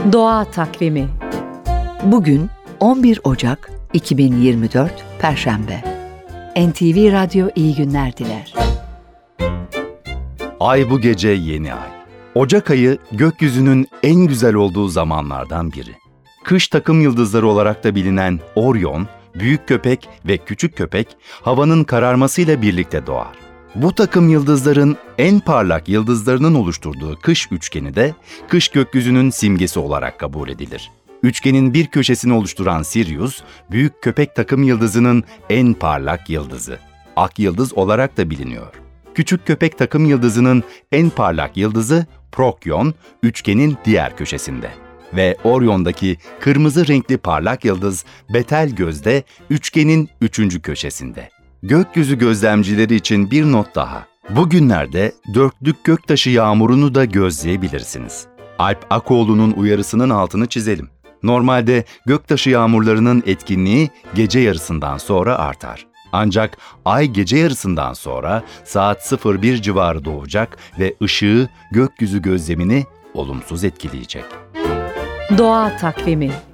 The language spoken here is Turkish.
Doğa Takvimi. Bugün 11 Ocak 2024 Perşembe. NTV Radyo iyi günler diler. Ay bu gece yeni ay. Ocak ayı gökyüzünün en güzel olduğu zamanlardan biri. Kış takım yıldızları olarak da bilinen Orion, Büyük Köpek ve Küçük Köpek havanın kararmasıyla birlikte doğar. Bu takım yıldızların en parlak yıldızlarının oluşturduğu kış üçgeni de kış gökyüzünün simgesi olarak kabul edilir. Üçgenin bir köşesini oluşturan Sirius, Büyük Köpek takım yıldızının en parlak yıldızı. Ak yıldız olarak da biliniyor. Küçük Köpek takım yıldızının en parlak yıldızı Prokyon, üçgenin diğer köşesinde. Ve Orion'daki kırmızı renkli parlak yıldız Betelgeuse üçgenin üçüncü köşesinde. Gökyüzü gözlemcileri için bir not daha. Bugünlerde dörtlük göktaşı yağmurunu da gözleyebilirsiniz. Alp Akoğlu'nun uyarısının altını çizelim. Normalde göktaşı yağmurlarının etkinliği gece yarısından sonra artar. Ancak ay gece yarısından sonra saat 01 civarı doğacak ve ışığı gökyüzü gözlemini olumsuz etkileyecek. Doğa Takvimi.